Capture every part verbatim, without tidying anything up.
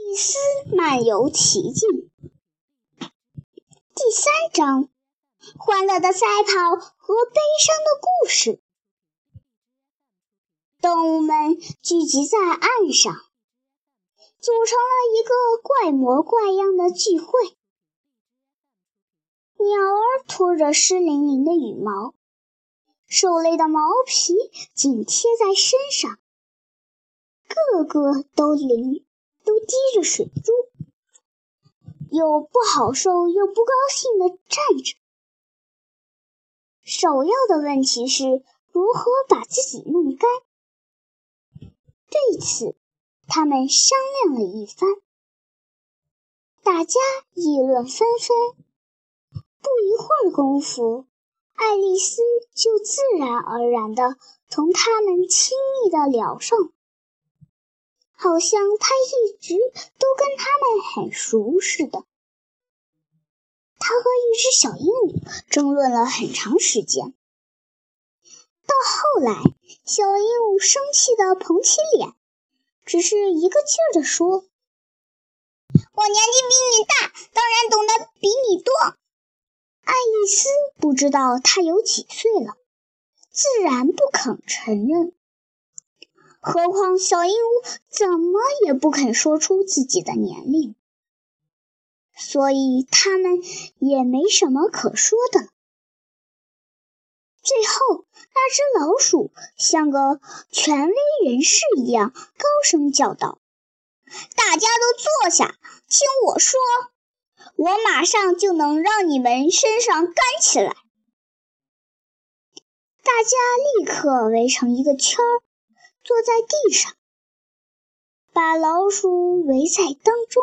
丽丝漫游奇境。第三章，欢乐的赛跑和悲伤的故事。动物们聚集在岸上，组成了一个怪模怪样的聚会。鸟儿拖着湿淋淋的羽毛，兽类的毛皮紧贴在身上，个个都淋都滴着水珠，又不好受又不高兴地站着。首要的问题是如何把自己弄干。对此，他们商量了一番，大家议论纷纷。不一会儿功夫，爱丽丝就自然而然地同他们亲密地聊上，好像她一直都跟他们很熟似的。她和一只小鹦鹉争论了很长时间，到后来，小鹦鹉生气地捧起脸，只是一个劲儿地说：“我年纪比你大，当然懂得比你多。”爱丽丝不知道她有几岁了，自然不肯承认。何况小鹦鹉怎么也不肯说出自己的年龄，所以他们也没什么可说的。最后，那只老鼠像个权威人士一样高声叫道：“大家都坐下，听我说，我马上就能让你们身上干起来。”大家立刻围成一个圈儿，坐在地上，把老鼠围在当中。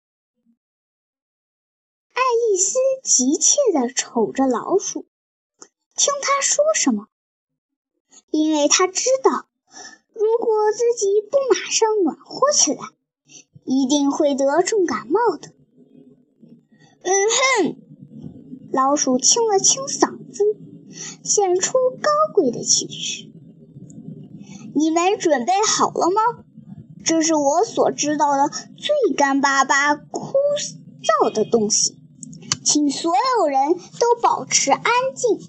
爱丽丝急切地瞅着老鼠，听他说什么，因为她知道，如果自己不马上暖和起来，一定会得重感冒的。嗯哼，老鼠清了清嗓子，显出高贵的气势。你们准备好了吗？这是我所知道的最干巴巴枯燥的东西，请所有人都保持安静。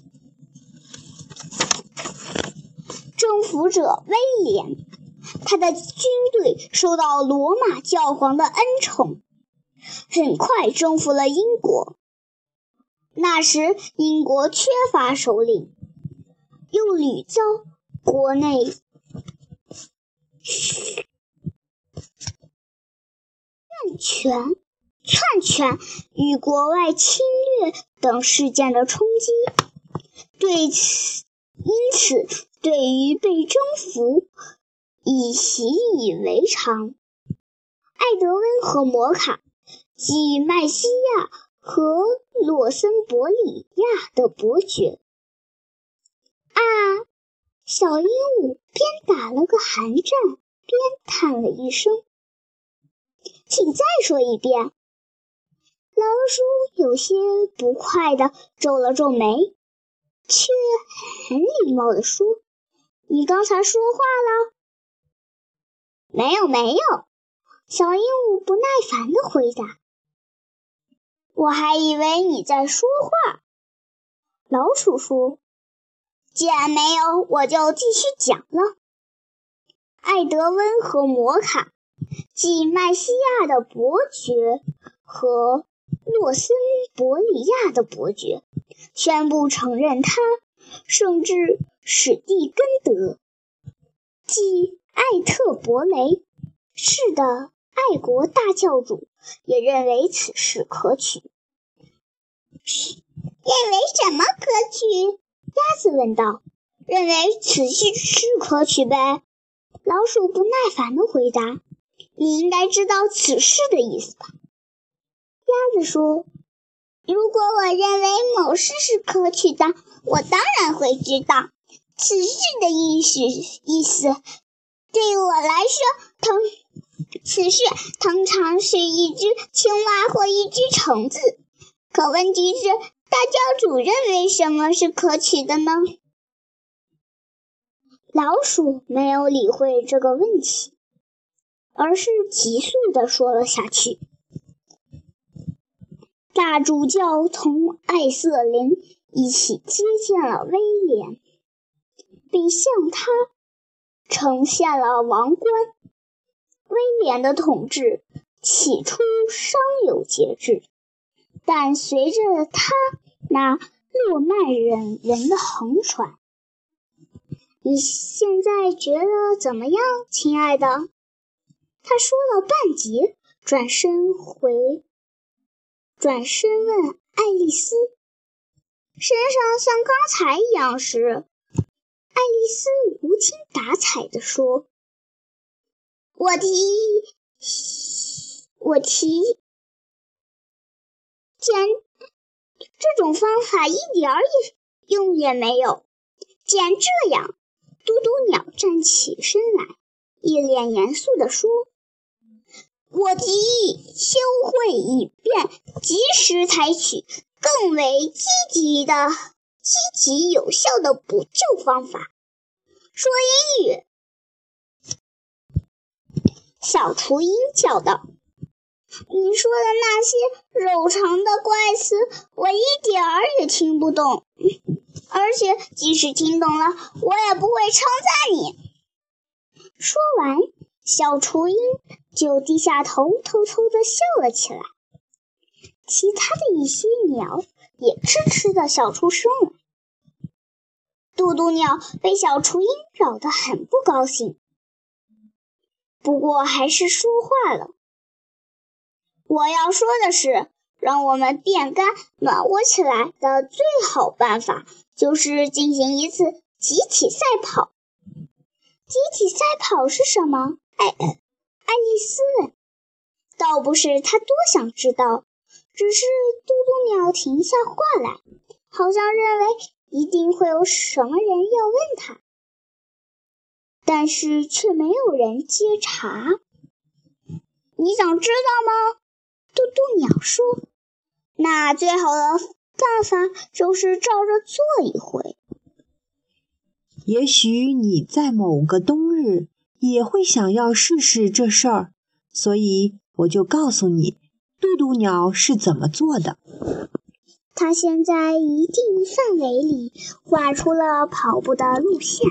征服者威廉，他的军队受到罗马教皇的恩宠，很快征服了英国。那时英国缺乏首领，又屡遭国内篡权、篡权与国外侵略等事件的冲击，对此因此对于被征服已习以为常。爱德温和摩卡，即麦西亚和洛森伯里亚的伯爵。啊！小鹦鹉边打了个寒战，边叹了一声。请再说一遍。老鼠有些不快地皱了皱眉，却很礼貌地说：“你刚才说话了？”“没有，没有。”小鹦鹉不耐烦地回答。“我还以为你在说话。”老鼠说。“既然没有，我就继续讲了。爱德温和摩卡，即麦西亚的伯爵和洛森伯里亚的伯爵，宣布承认他，甚至史蒂根德，即艾特伯雷，是的爱国大教主，也认为此事可取。”“认为什么可取？”鸭子问道。“认为此事是可取呗。”老鼠不耐烦地回答。“你应该知道此事的意思吧？”鸭子说。“如果我认为某事是可取的，我当然会知道。此事的意思意思对于我来说，通此事通常是一只青蛙或一只虫子。可问题是，大教主认为什么是可取的呢？”老鼠没有理会这个问题。 而是急速地说了下去。大主教同艾瑟琳一起接见了威廉，并向他呈现了王冠。威廉的统治起初尚有节制，但随着他那诺曼人人的横传，你现在觉得怎么样，亲爱的？他说到半截，转身回，转身问爱丽丝，身上像刚才一样时，爱丽丝无精打采地说：“我提议，我提议，简这种方法一点儿用也没有。既然这样，嘟嘟鸟站起身来，一脸严肃地说：“我提议休会以便及时采取更为积极的、积极有效的补救方法。”说英语，小雏鹰叫道：“你说的那些冗长的怪词，我一点儿也听不懂。而且即使听懂了，我也不会称赞你。”说完，小雏鹰就低下头，偷偷地笑了起来。其他的一些鸟也痴痴地笑出声来。嘟嘟鸟被小雏鹰扰得很不高兴，不过还是说话了：“我要说的是，让我们变干暖和起来的最好办法就是进行一次集体赛跑。”集体赛跑是什么？爱爱丽丝问。倒不是她多想知道，只是嘟嘟鸟停下话来，好像认为一定会有什么人要问他，但是却没有人接茬。“你想知道吗？”嘟嘟鸟说。“那最好的办法就是照着做一回。 也许你在某个冬日也会想要试试这事儿，所以我就告诉你，嘟嘟鸟是怎么做的。” 他先在一定范围里画出了跑步的路线。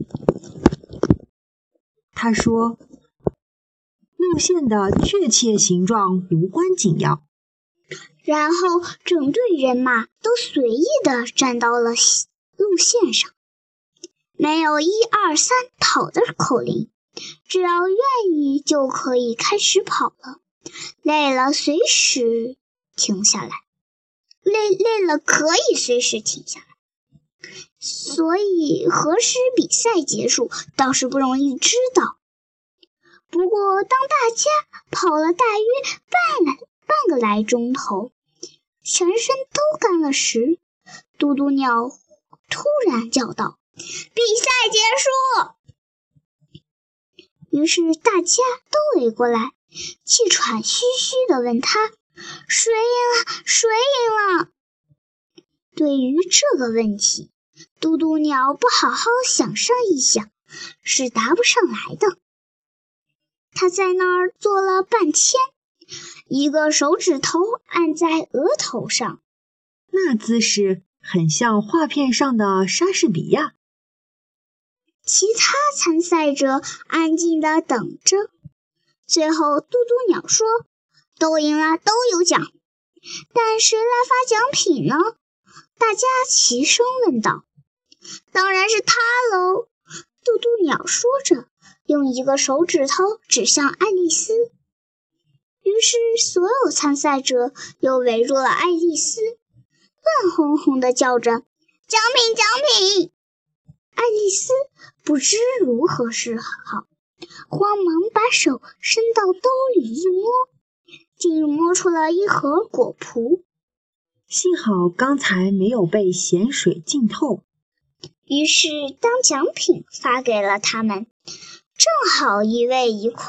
他说，路线的确切形状无关紧要。 然后整队人马都随意地站到了路线上，没有一二三跑的口令，只要愿意就可以开始跑了，累了随时停下来，累累了可以随时停下来。所以何时比赛结束倒是不容易知道。不过当大家跑了大约半来半个来钟头，全身都干了时，嘟嘟鸟突然叫道：“比赛结束！”于是大家都围过来，气喘吁吁地问他：“谁赢了？谁赢了？”对于这个问题，嘟嘟鸟不好好想上一想，是答不上来的。他在那儿坐了半天，一个手指头按在额头上， 那姿势很像画片上的莎士比亚。 其他参赛者安静地等着。最后嘟嘟鸟说：“都赢了，都有奖。但谁来发奖品呢？”大家齐声问道。“当然是他喽！”嘟嘟鸟说着，用一个手指头指向爱丽丝。于是所有参赛者又围住了爱丽丝，乱哄哄地叫着：“奖品，奖品！”爱丽丝不知如何是好，慌忙把手伸到兜里一摸，竟摸出了一盒果脯。 幸好刚才没有被咸水浸透。 于是当奖品发给了他们，正好一位一块。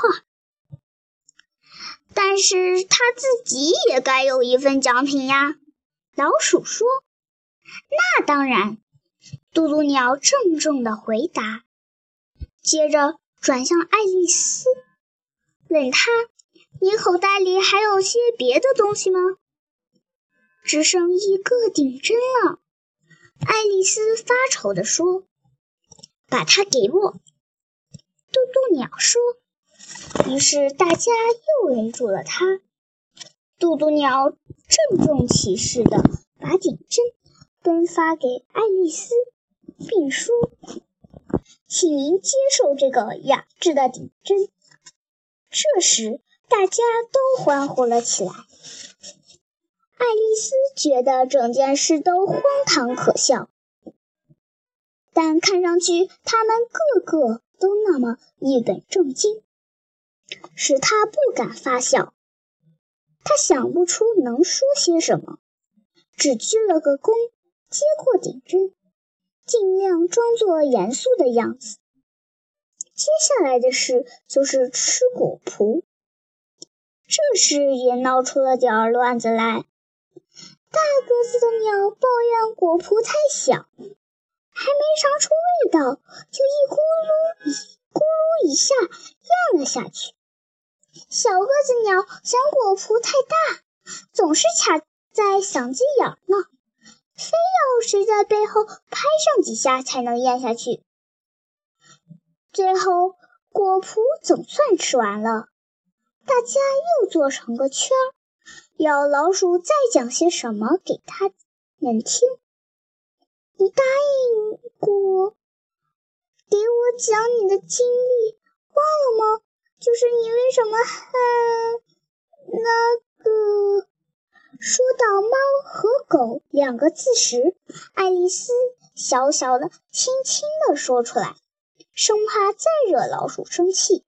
但是他自己也该有一份奖品呀，老鼠说。那当然，嘟嘟鸟郑重地回答，接着转向爱丽丝。 问他：“你口袋里还有些别的东西吗？”“只剩一个顶针了。”爱丽丝发愁地说。“把它给我。”嘟嘟鸟说。于是大家又围住了它。嘟嘟鸟郑重其事地把顶针分发给爱丽丝，并说：“请您接受这个雅致的顶针。”这时大家都欢呼了起来。爱丽丝觉得整件事都荒唐可笑，但看上去他们个个都那么一本正经，使她不敢发笑。她想不出能说些什么，只鞠了个躬，接过顶针，尽量装作严肃的样子。接下来的事就是吃果脯，这事也闹出了点乱子来。大个子的鸟抱怨果脯太小，还没尝出味道，就一咕噜一咕噜一下咽了下去。小个子鸟嫌果脯太大，总是卡在嗓子眼呢，非要谁在背后拍上几下才能咽下去。最后果脯总算吃完了，大家又做成个圈儿，要老鼠再讲些什么给他们听。你答应过给我讲你的经历，忘了吗？就是你为什么还那个……说到猫和狗两个字时，爱丽丝小小的轻轻地说出来，生怕再惹老鼠生气。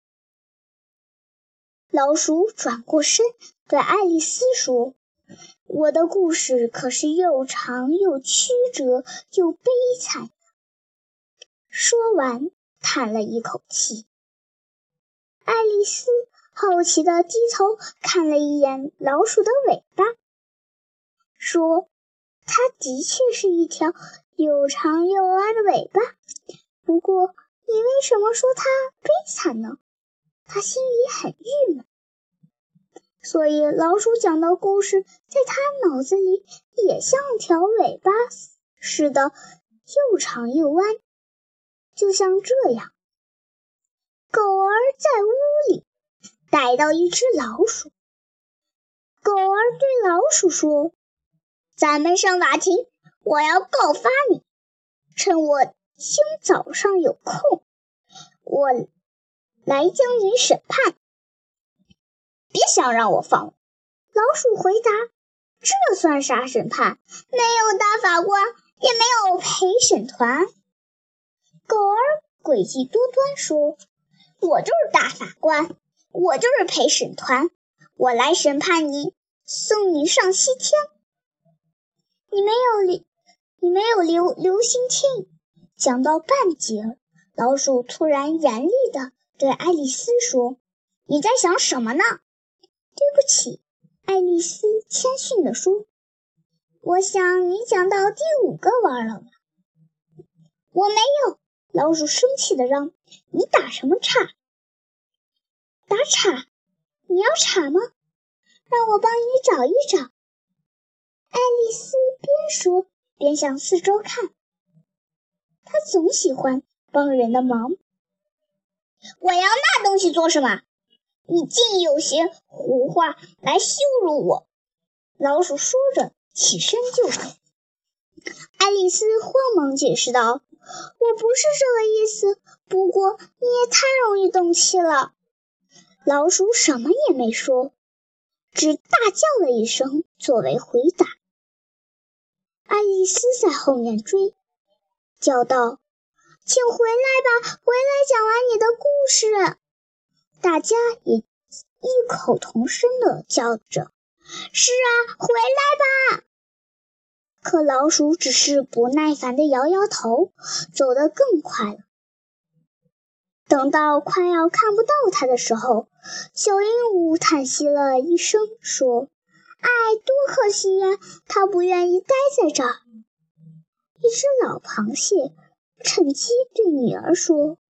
老鼠转过身对爱丽丝说：“我的故事可是又长又曲折又悲惨的。”说完叹了一口气。爱丽丝好奇地低头看了一眼老鼠的尾巴，说：“它的确是一条又长又弯的尾巴，不过你为什么说它悲惨呢？”他心里很郁闷，所以老鼠讲的故事在他脑子里也像条尾巴似的又长又弯，就像这样。狗儿在屋里逮到一只老鼠，狗儿对老鼠说：“咱们上法庭，我要告发你。趁我今早上有空，我来将你审判。别想让我放。”老鼠回答：“这算啥审判？没有大法官，也没有陪审团。”狗儿诡计多端说：“我就是大法官，我就是陪审团，我来审判你，送你上西天。”你没有流，你没有留留心听。讲到半截，老鼠突然严厉地对爱丽丝说：“你在想什么呢？”“对不起。”爱丽丝谦逊地说，“我想你讲到第五个弯了吧？”“我没有。”老鼠生气地嚷，“你打什么岔？”“打岔？你要岔吗？让我帮你找一找。”爱丽丝边说边向四周看，她总喜欢帮人的忙。“我要那东西做什么？你竟有些胡话来羞辱我！”老鼠说着起身就走。爱丽丝慌忙解释道：“我不是这个意思，不过你也太容易动气了。”老鼠什么也没说，只大叫了一声作为回答。爱丽丝在后面追，叫道：“请回来吧，回来讲完你的故事。”大家也异口同声地叫着：“是啊，回来吧！”可老鼠只是不耐烦地摇摇头，走得更快了。等到快要看不到它的时候，小鹦鹉叹息了一声，说：“哎，多可惜呀，它不愿意待在这儿。”一只老螃蟹趁机对女儿说：“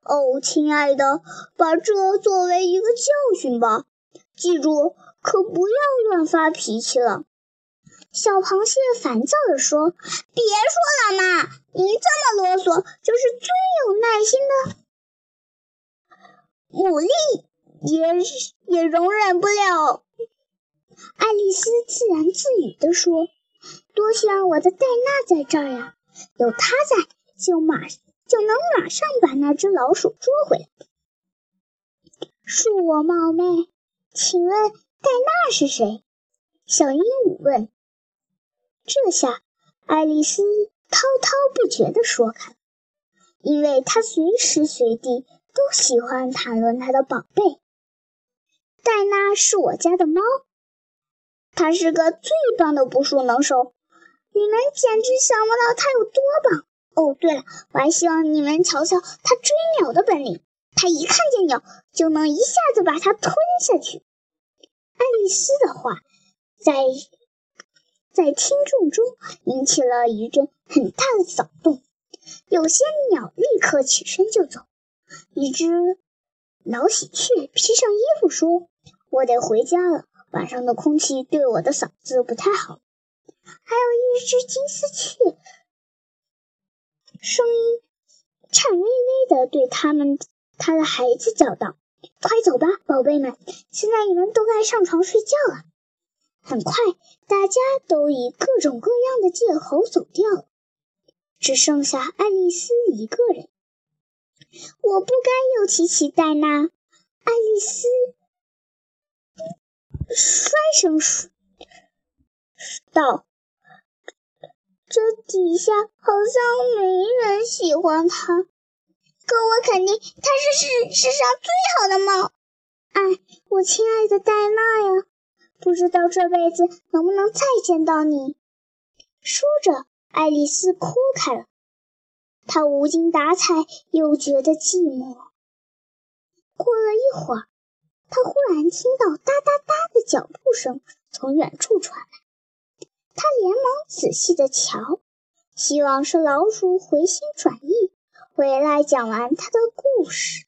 哦，亲爱的，把这作为一个教训吧，记住，可不要乱发脾气了。小螃蟹烦躁地说：“别说了嘛，您这么啰嗦，就是最有耐心的牡蛎也也容忍不了。”爱丽丝自言自语地说：“多希望我的戴娜在这儿呀，有她在，就马就能马上把那只老鼠捉回来。”恕我冒昧，请问戴娜是谁？小鹦鹉问。这下爱丽丝滔滔不绝地说开了，因为她随时随地都喜欢谈论她的宝贝。戴娜是我家的猫，她是个最棒的捕鼠能手，你们简直想不到她有多棒。哦，对了，我还希望你们瞧瞧她追鸟的本领，她一看见鸟就能一下子把它吞下去。爱丽丝的话在在听众中引起了一阵很大的骚动，有些鸟立刻起身就走。一只老喜鹊披上衣服说：“我得回家了，晚上的空气对我的嗓子不太好。”还有一只金丝雀，声音颤巍巍地对他们他的孩子叫道：“快走吧，宝贝们，现在你们都该上床睡觉了。”很快，大家都以各种各样的借口走掉了，只剩下爱丽丝一个人。我不该又提起戴娜，爱丽丝衰声说道：“这底下好像没人喜欢她，可我肯定她是世世上最好的猫。哎，我亲爱的戴娜呀，不知道这辈子能不能再见到你。”说着，爱丽丝哭开了。她无精打采，又觉得寂寞。过了一会儿，她忽然听到哒哒哒的脚步声从远处传来。她连忙仔细地瞧，希望是老鼠回心转意，回来讲完她的故事。